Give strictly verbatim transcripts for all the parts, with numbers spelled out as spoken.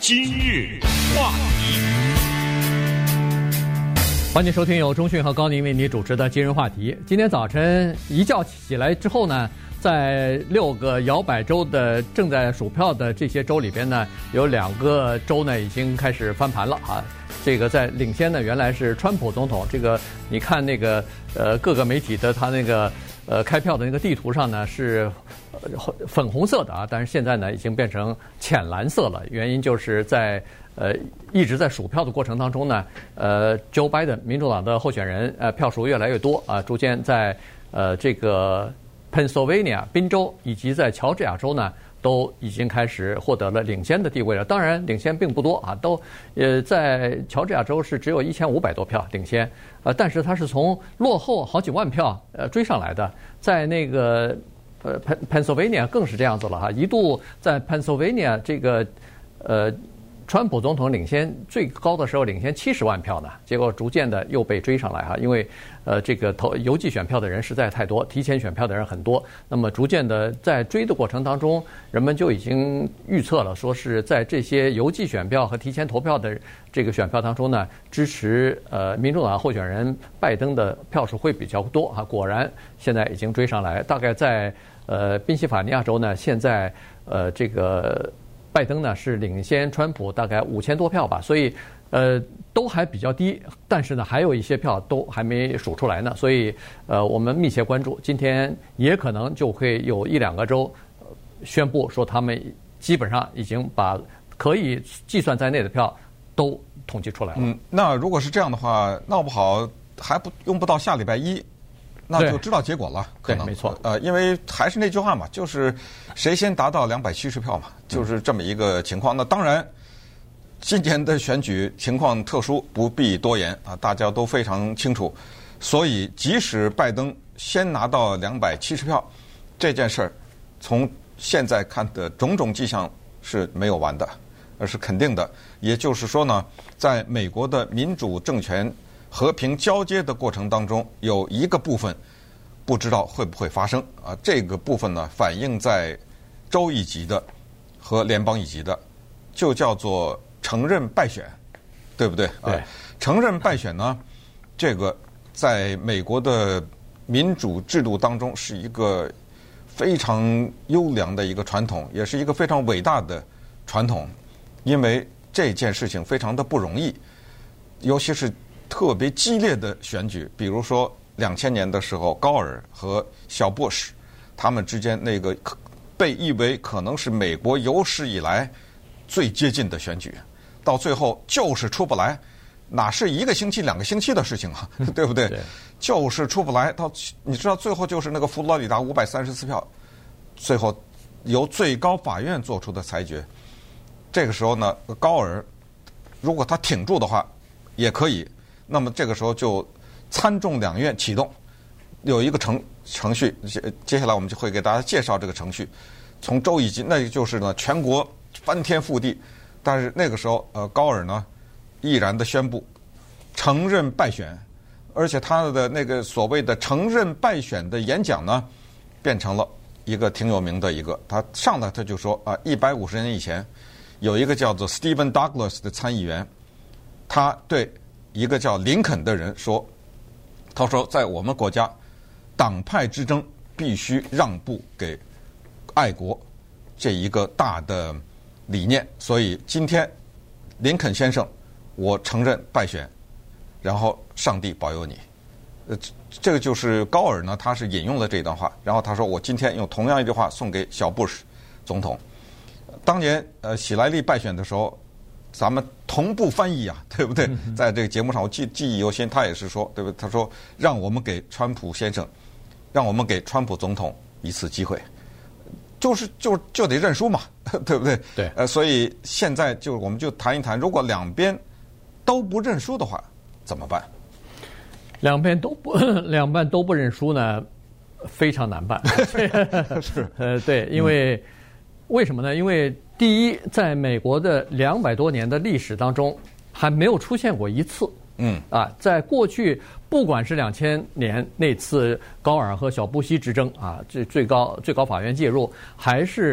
今日话题， 欢迎收听由钟讯和高宁为你主持的今日话题。今天早晨一觉起来之后呢，在六个摇摆州的正在数票的这些州里边呢，有两个州呢已经开始翻盘了啊。这个在领先呢，原来是川普总统。这个你看那个呃各个媒体的他那个呃开票的那个地图上呢是呃粉红色的啊，但是现在呢已经变成浅蓝色了。原因就是在呃一直在数票的过程当中呢，呃 Joe Biden 民主党的候选人呃票数越来越多啊，逐渐在呃这个 Pennsylvania 宾州以及在乔治亚州呢，都已经开始获得了领先的地位了。当然，领先并不多啊，都呃在乔治亚州是只有一千五百多票领先，呃，但是它是从落后好几万票呃追上来的。在那个呃 Pennsylvania 更是这样子了哈，一度在 Pennsylvania 这个呃。川普总统领先最高的时候领先七十万票呢，结果逐渐的又被追上来哈，因为呃这个投邮寄选票的人实在太多，提前选票的人很多，那么逐渐的在追的过程当中，人们就已经预测了，说是在这些邮寄选票和提前投票的这个选票当中呢，支持呃民主党候选人拜登的票数会比较多啊，果然现在已经追上来，大概在呃宾夕法尼亚州呢，现在呃这个。拜登呢是领先川普大概五千多票吧，所以呃都还比较低，但是呢还有一些票都还没数出来呢，所以呃我们密切关注，今天也可能就会有一两个州宣布说他们基本上已经把可以计算在内的票都统计出来了。 嗯，那如果是这样的话，闹不好还不用不到下礼拜一。那就知道结果了，可能没错。 呃，因为还是那句话嘛，就是谁先达到两百七十票嘛，就是这么一个情况。那当然，今年的选举情况特殊，不必多言啊，大家都非常清楚。所以，即使拜登先拿到两百七十票，这件事儿从现在看的种种迹象是没有完的，而是肯定的。也就是说呢，在美国的民主政权和平交接的过程当中，有一个部分不知道会不会发生啊？这个部分呢，反映在州一级的和联邦一级的，就叫做承认败选，对不对？ 对， 啊、承认败选呢，这个在美国的民主制度当中是一个非常优良的一个传统，也是一个非常伟大的传统，因为这件事情非常的不容易，尤其是特别激烈的选举，比如说两千年的时候，高尔和小布什他们之间那个被誉为可能是美国有史以来最接近的选举，到最后就是出不来，哪是一个星期、两个星期的事情啊，对不对？ 对， 就是出不来。到你知道最后就是那个佛罗里达五百三十四票，最后由最高法院做出的裁决。这个时候呢，高尔如果他挺住的话，也可以。那么这个时候就参众两院启动，有一个程程序，接下来我们就会给大家介绍这个程序。从州一级，那就是呢全国翻天覆地，但是那个时候呃高尔呢毅然的宣布承认败选，而且他的那个所谓的承认败选的演讲呢，变成了一个挺有名的一个。他上来他就说啊，一百五十年以前有一个叫做 Stephen Douglas 的参议员，他对一个叫林肯的人说，他说在我们国家，党派之争必须让步给爱国这一个大的理念，所以今天林肯先生，我承认败选，然后上帝保佑你。呃，这个就是高尔呢，他是引用了这段话，然后他说我今天用同样一句话送给小布什总统。当年呃喜来利败选的时候，咱们同步翻译啊，对不对？在这个节目上，我记记忆犹新。他也是说，对不对？他说，让我们给川普先生，让我们给川普总统一次机会，就是就就得认输嘛，对不对？ 对。 呃，所以现在就我们就谈一谈，如果两边都不认输的话，怎么办？ 两边都不两边都不认输呢，非常难办。 是呃，对，因为、嗯、为什么呢？因为第一，在美国的两百多年的历史当中，还没有出现过一次。 嗯啊，在过去，不管是两千年那次高尔和小布希之争啊，这最高最高法院介入，还是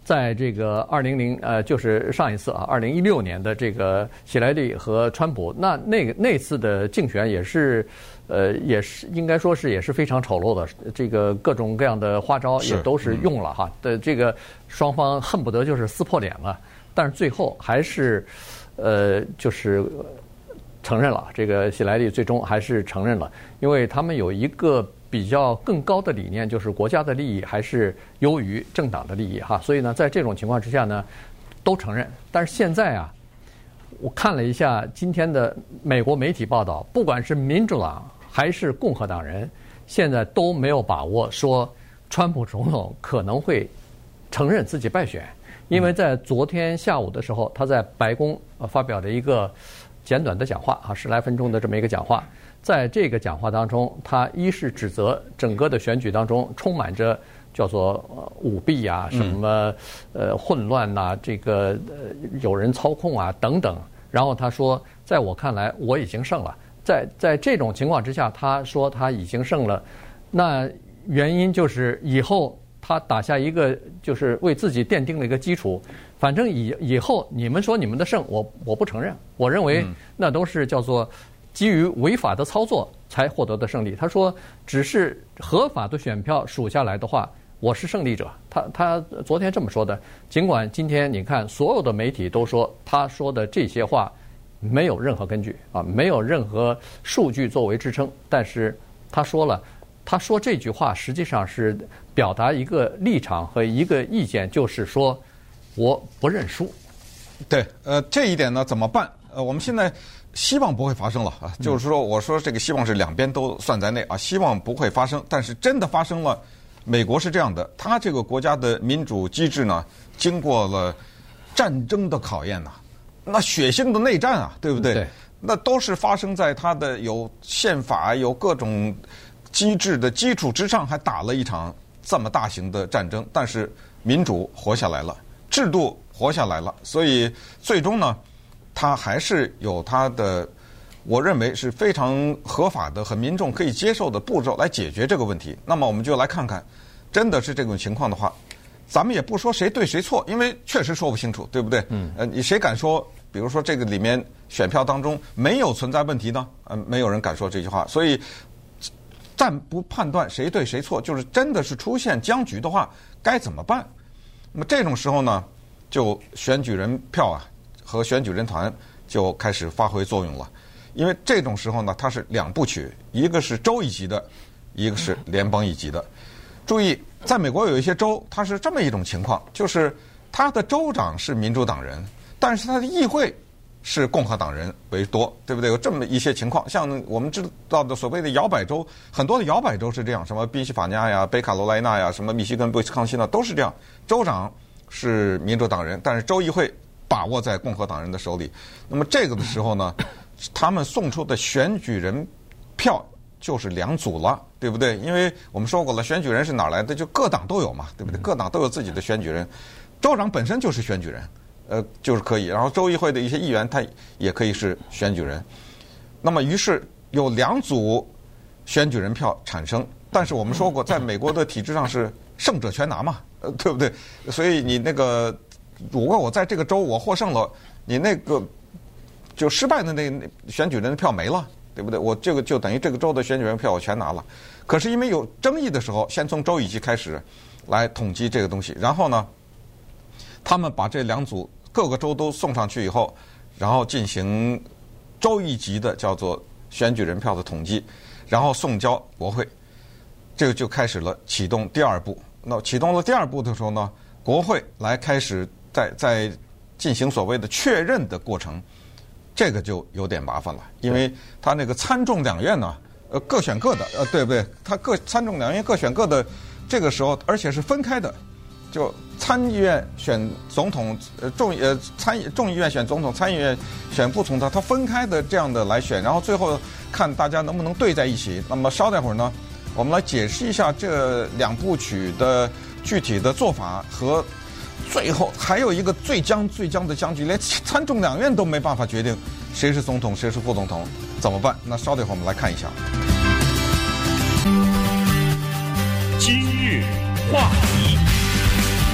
在这个二零零呃，就是上一次啊，二零一六年的这个希莱利和川普，那那个那次的竞选也是，呃，也是应该说是也是非常丑陋的，这个各种各样的花招也都是用了哈。的、嗯、这个双方恨不得就是撕破脸了，但是最后还是，呃，就是承认了，这个希莱利最终还是承认了，因为他们有一个比较更高的理念，就是国家的利益还是优于政党的利益哈，所以呢，在这种情况之下呢，都承认。但是现在啊，我看了一下今天的美国媒体报道，不管是民主党还是共和党人，现在都没有把握说川普总统可能会承认自己败选，因为在昨天下午的时候，他在白宫发表了一个简短的讲话啊，十来分钟的这么一个讲话。在这个讲话当中，他一是指责整个的选举当中充满着叫做舞弊啊、什么呃混乱呐、这个呃有人操控啊等等。然后他说，在我看来我已经胜了。在在这种情况之下，他说他已经胜了，那原因就是以后他打下一个就是为自己奠定了一个基础。反正以以后你们说你们的胜，我我不承认。我认为那都是叫做基于违法的操作才获得的胜利。他说，只是合法的选票数下来的话，我是胜利者。他他昨天这么说的。尽管今天你看所有的媒体都说他说的这些话没有任何根据啊，没有任何数据作为支撑，但是他说了，他说这句话实际上是表达一个立场和一个意见，就是说我不认输。 对，呃，这一点呢怎么办？呃，我们现在希望不会发生了啊，就是说，我说这个希望是两边都算在内啊，希望不会发生。但是真的发生了，美国是这样的，它这个国家的民主机制呢，经过了战争的考验呐、啊，那血腥的内战啊，对不对？ 对， 那都是发生在它的有宪法、有各种机制的基础之上，还打了一场这么大型的战争。但是民主活下来了，制度活下来了，所以最终呢，它还是有它的，我认为是非常合法的和民众可以接受的步骤来解决这个问题。那么我们就来看看，真的是这种情况的话，咱们也不说谁对谁错，因为确实说不清楚，对不对？嗯。呃，你谁敢说，比如说这个里面选票当中没有存在问题呢？呃，没有人敢说这句话。所以暂不判断谁对谁错，就是真的是出现僵局的话，该怎么办？那么这种时候呢，就选举人票啊和选举人团就开始发挥作用了。因为这种时候呢，它是两部曲，一个是州一级的，一个是联邦一级的。注意，在美国有一些州，它是这么一种情况，就是它的州长是民主党人，但是它的议会是共和党人为多，对不对？有这么一些情况，像我们知道的所谓的摇摆州，很多的摇摆州是这样，什么宾夕法尼亚呀、北卡罗来纳呀、什么密西根、威斯康星呢，都是这样，州长是民主党人，但是州议会把握在共和党人的手里。那么这个的时候呢，他们送出的选举人票就是两组了，对不对？因为我们说过了，选举人是哪来的？就各党都有嘛，对不对？各党都有自己的选举人，州长本身就是选举人，呃，就是可以。然后州议会的一些议员他也可以是选举人。那么于是有两组选举人票产生，但是我们说过，在美国的体制上是胜者全拿嘛，呃，对不对？所以你那个，如果我在这个州我获胜了，你那个就失败的那个选举人的票没了。对不对？我这个就等于这个州的选举人票我全拿了。可是因为有争议的时候，先从州一级开始来统计这个东西，然后呢，他们把这两组各个州都送上去以后，然后进行州一级的叫做选举人票的统计，然后送交国会，这个就开始了启动第二步。那启动了第二步的时候呢，国会来开始在在进行所谓的确认的过程。这个就有点麻烦了，因为他那个参众两院呢，呃，各选各的，呃，对不对？他各参众两院各选各的，这个时候而且是分开的，就参议院选总统，呃，众呃参众议院选总统，参议院选副总统，他分开的这样的来选，然后最后看大家能不能对在一起。那么稍待会儿呢，我们来解释一下这两部曲的具体的做法和。最后还有一个最僵最僵的僵局，连参众两院都没办法决定谁是总统谁是副总统，怎么办？那稍等一会儿我们来看一下。 今日话题，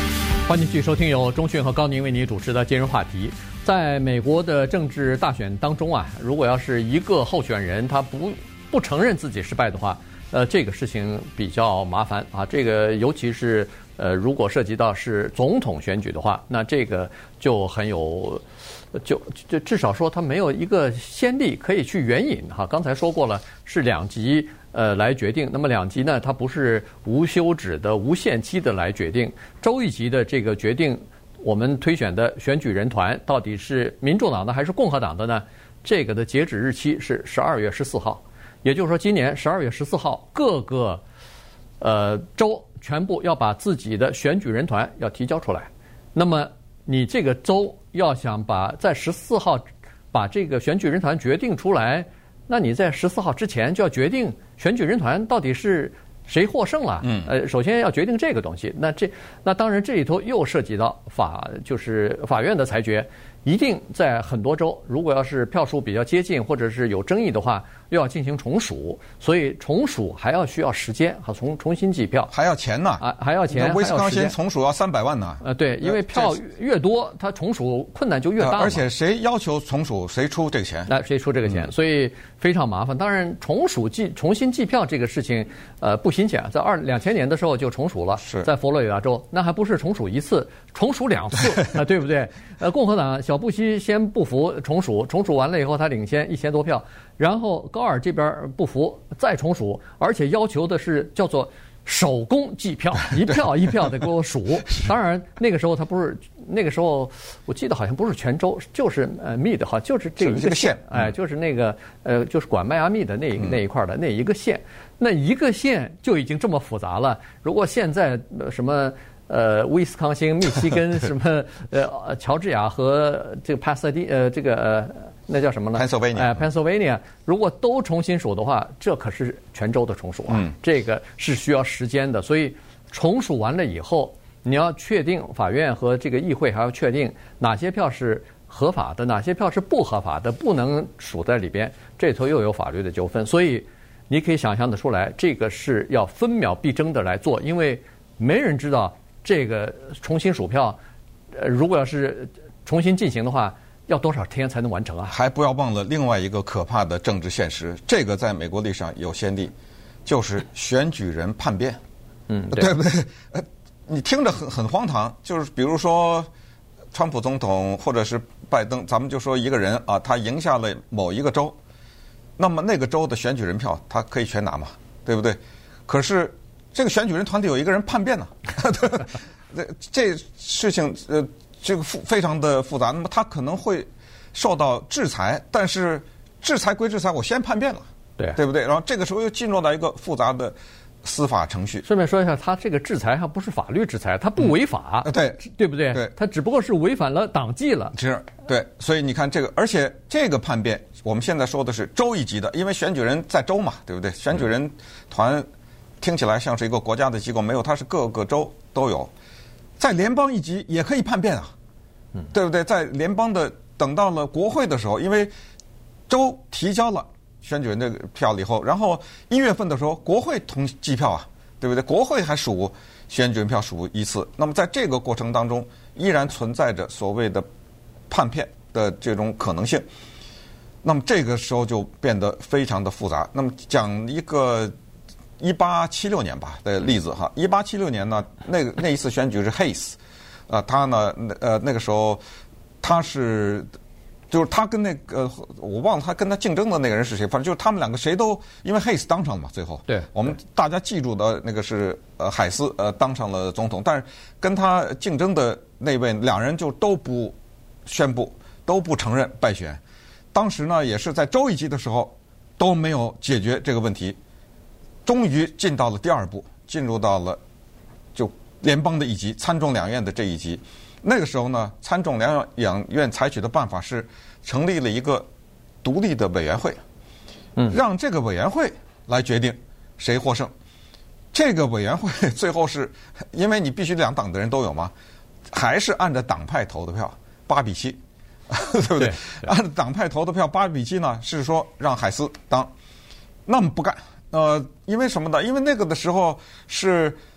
欢迎继续收听由钟讯和高宁为你主持的今日话题。在美国的政治大选当中啊，如果要是一个候选人他不不承认自己失败的话，呃，这个事情比较麻烦啊。这个尤其是呃，如果涉及到是总统选举的话，那这个就很有，就就至少说他没有一个先例可以去援引哈。刚才说过了，是两级呃来决定。那么两级呢，它不是无休止的、无限期的来决定。州一级的这个决定，我们推选的选举人团到底是民主党的还是共和党的呢？这个的截止日期是十二月十四号，也就是说今年十二月十四号，各个呃州全部要把自己的选举人团要提交出来。那么你这个州要想把在十四号把这个选举人团决定出来，那你在十四号之前就要决定选举人团到底是谁获胜了。嗯，呃，首先要决定这个东西。那这那当然这里头又涉及到法，就是法院的裁决。一定在很多州，如果要是票数比较接近或者是有争议的话，又要进行重数，所以重数还要需要时间，好重重新计票， 还要钱呢啊，还要钱。 威斯康星重数要三百万呢。 呃，对，因为票越多，它重数困难就越大。 而且谁要求重数，谁出这个钱？ 那谁出这个钱？所以非常麻烦。当然，重数计重新计票这个事情，呃，不新鲜，在二两千年的时候就重数了， 是在佛罗里达州，那还不是重数一次，重数两次啊，对不对？呃，共和党小布希先不服重数，重数完了以后他领先一千多票，然后高尔这边不服再重数，而且要求的是叫做手工计票，一票一票的给我数。当然那个时候他不是，那个时候我记得好像不是全州，就是呃密的哈，就是这一个县，哎，就是那个呃就是管迈阿密的那一那一块的那一个县，那一个县就已经这么复杂了。如果现在什么呃，威斯康星、密西根什么呃，乔治亚和这个帕萨迪呃，这个呃，那叫什么呢 ？Pennsylvania， 哎 ，Pennsylvania， 如果都重新数的话，这可是全州的重数啊，嗯、这个是需要时间的。所以重数完了以后，你要确定法院和这个议会还要确定哪些票是合法的，哪些票是不合法的，不能数在里边，这头又有法律的纠纷。所以你可以想象得出来，这个是要分秒必争的来做，因为没人知道。这个重新数票，呃，如果要是重新进行的话，要多少天才能完成啊？ 还不要忘了另外一个可怕的政治现实，这个在美国历史上有先例，就是选举人叛变。 嗯， 对不对？呃，你听着很很荒唐，就是比如说，川普总统或者是拜登，咱们就说一个人啊，他赢下了某一个州，那么那个州的选举人票他可以全拿嘛，对不对？可是这个选举人团体有一个人叛变呢，这这事情呃，这个复非常的复杂。那么他可能会受到制裁，但是制裁归制裁，我先叛变了， 对对不对？然后这个时候又进入到一个复杂的司法程序。 顺便说一下，他这个制裁还不是法律制裁，他不违法， 嗯、对对不对？ 对， 他只不过是违反了党纪了。 是，对。所以你看这个，而且这个叛变，我们现在说的是州一级的，因为选举人在州嘛，对不对？选举人团。听起来像是一个国家的机构，没有，它是各个州都有。在联邦一级也可以叛变啊，嗯，对不对？在联邦的等到了国会的时候，因为州提交了选举人的票了以后，然后一月份的时候国会同计票啊，对不对？国会还数选举人票数一次。那么在这个过程当中，依然存在着所谓的叛变的这种可能性。那么这个时候就变得非常的复杂。那么讲一个。一八七六年吧的例子哈，一八七六年呢，那个那一次选举是 Hayes， 啊、呃，他呢，呃，那个时候他是，就是他跟那个我忘了他跟他竞争的那个人是谁，反正就是他们两个谁都因为 Hayes 当上了嘛，最后， 对， 我们大家记住的那个是呃海斯呃当上了总统，但是跟他竞争的那位两人就都不宣布都不承认败选，当时呢也是在州一级的时候都没有解决这个问题。终于进到了第二步，进入到了就联邦的一级，参众两院的这一级。那个时候呢，参众两两院采取的办法是成立了一个独立的委员会，嗯，让这个委员会来决定谁获胜。这个委员会最后是因为你必须两党的人都有嘛，还是按照党派投的票，八比七，对不对？按照党派投的票，八比七呢是说让海斯当，那么不干。呃，因为什么呢？因为那个的时候是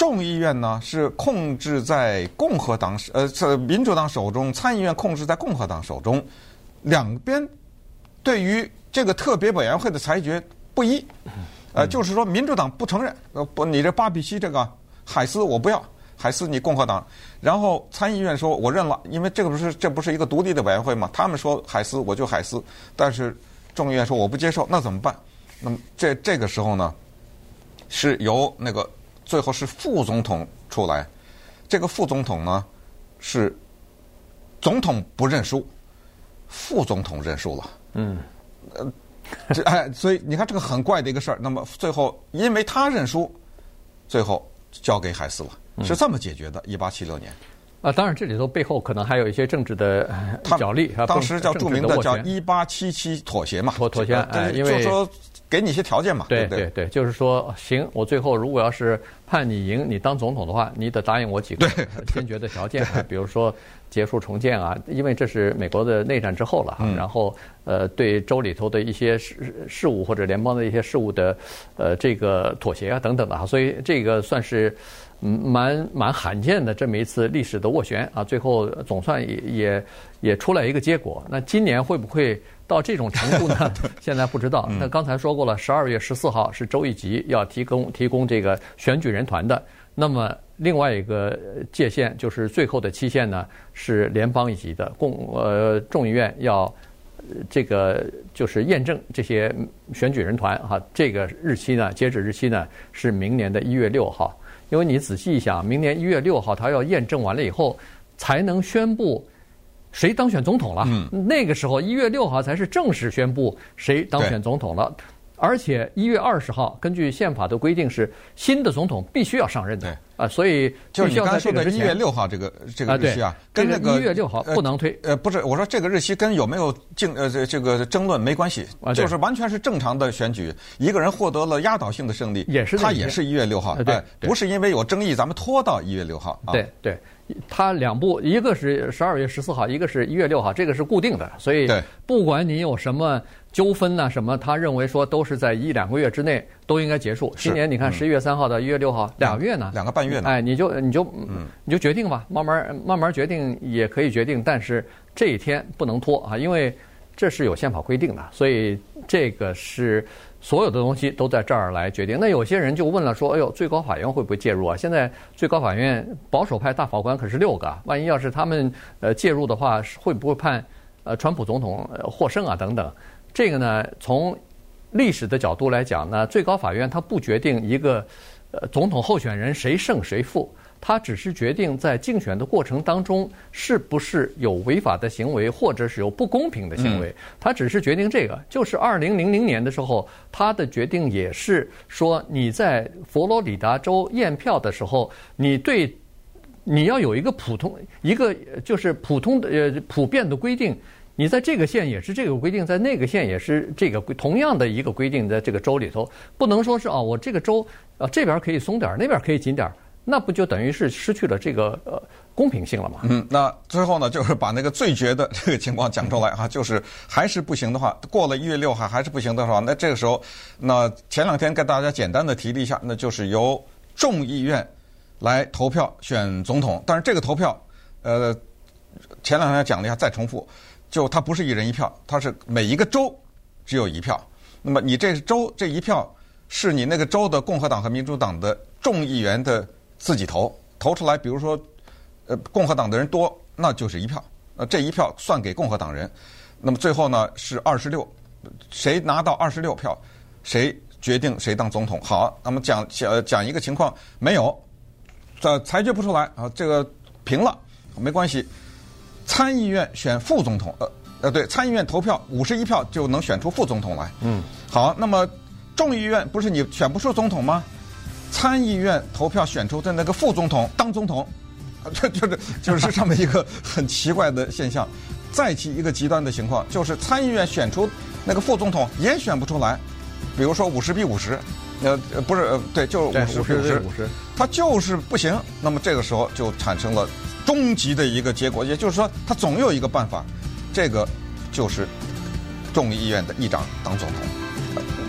众议院呢是控制在共和党呃民主党手中，参议院控制在共和党手中，两边对于这个特别委员会的裁决不一，呃，就是说民主党不承认，呃不，你这巴比西这个海斯我不要。海斯你共和党，然后参议院说我认了，因为这个不是这不是一个独立的委员会嘛？他们说海斯我就海斯，但是众议院说我不接受，那怎么办？那么这这个时候呢，是由那个最后是副总统出来，这个副总统呢是总统不认输，副总统认输了。嗯，呃，这哎，所以你看这个很怪的一个事儿。那么最后因为他认输，最后交给海斯了。是这么解决的，一八七六年。 啊，当然这里头背后可能还有一些政治的角力啊。 当时叫著名的叫一八七七妥协嘛， 妥妥协，哎，因为就是说给你一些条件嘛， 对对对，就是说行，我最后如果要是判你赢，你当总统的话，你得答应我几个坚决的条件，比如说结束重建啊，因为这是美国的内战之后了，嗯、然后呃对州里头的一些事事务或者联邦的一些事务的呃这个妥协啊等等的啊，所以这个算是。嗯，蛮蛮罕见的这么一次历史的斡旋啊，最后总算也也也出来一个结果。那今年会不会到这种程度呢？现在不知道。那刚才说过了，十二月十四号是州一级要提供提供这个选举人团的。那么另外一个界限就是最后的期限呢是联邦一级的共呃众议院要这个就是验证这些选举人团哈，这个日期呢截止日期呢是明年的一月六号。因为你仔细一想，明年一月六号他要验证完了以后，才能宣布谁当选总统了。嗯，那个时候一月六号才是正式宣布谁当选总统了。而且一月二十号，根据宪法的规定是新的总统必须要上任的。对啊，所以就是你刚才说的一月六号这个这个日期啊， 跟那个一月六号不能推。 呃，不是，我说这个日期跟有没有竞呃这这个争论没关系，就是完全是正常的选举，一个人获得了压倒性的胜利， 也是他也是一月六号，对，不是因为有争议咱们拖到一月六号。 对对。它两步，一个是十二月十四号，一个是一月六号，这个是固定的，所以不管你有什么纠纷呐、啊，什么，他认为说都是在一两个月之内都应该结束。今年你看十一月三号到一月六号，两个月呢， 两个半月呢， 哎，你就你就嗯，你就决定吧，慢慢慢慢决定也可以决定，但是这一天不能拖啊，因为这是有宪法规定的，所以这个是。所有的东西都在这儿来决定。那有些人就问了，说：“哎呦，最高法院会不会介入啊？现在最高法院保守派大法官可是六个，万一要是他们呃介入的话，会不会判呃川普总统获胜啊？等等。”这个呢，从历史的角度来讲呢，最高法院它不决定一个呃总统候选人谁胜谁负。他只是决定在竞选的过程当中是不是有违法的行为，或者是有不公平的行为。他只是决定这个。就是二零零零年的时候，他的决定也是说，你在佛罗里达州验票的时候，你对你要有一个普通一个就是普通的呃普遍的规定。你在这个县也是这个规定，在那个县也是这个同样的一个规定，在这个州里头，不能说是啊，我这个州啊这边可以松点，那边可以紧点。那不就等于是失去了这个呃公平性了吗？ 嗯，那最后呢，就是把那个最绝的这个情况讲出来哈，就是还是不行的话，过了一月六号还是不行的话，那这个时候，那前两天跟大家简单的提了一下，那就是由众议院来投票选总统，但是这个投票，呃，前两天讲了一下，再重复，就它不是一人一票，它是每一个州只有一票，那么你这州这一票是你那个州的共和党和民主党的众议员的。自己投投出来，比如说，呃，共和党的人多，那就是一票，呃，这一票算给共和党人。那么最后呢是二十六，谁拿到二十六票，谁决定谁当总统。好，那么讲讲讲一个情况，没有，这裁决不出来啊，这个平了，没关系。参议院选副总统，呃呃，对，参议院投票五十一票就能选出副总统来。嗯，好，那么众议院不是你选不出总统吗？参议院投票选出的那个副总统当总统，这就是就是这么一个很奇怪的现象。再其一个极端的情况，就是参议院选出那个副总统也选不出来，比如说五十比五十，呃，不是，呃，对，就是五十比五十，五十，他就是不行。那么这个时候就产生了终极的一个结果，也就是说，他总有一个办法，这个就是众议院的议长当总统。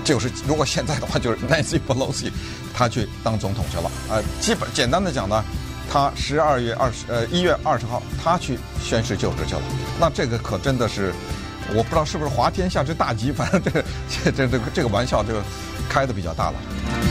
就是如果现在的话，就是 Nancy Pelosi 他去当总统去了。呃，基本简单的讲呢，他十二月二十呃一月二十号他去宣誓就职去了。那这个可真的是，我不知道是不是滑天下之大稽，反正这个这这这个这个玩笑这个开的比较大了。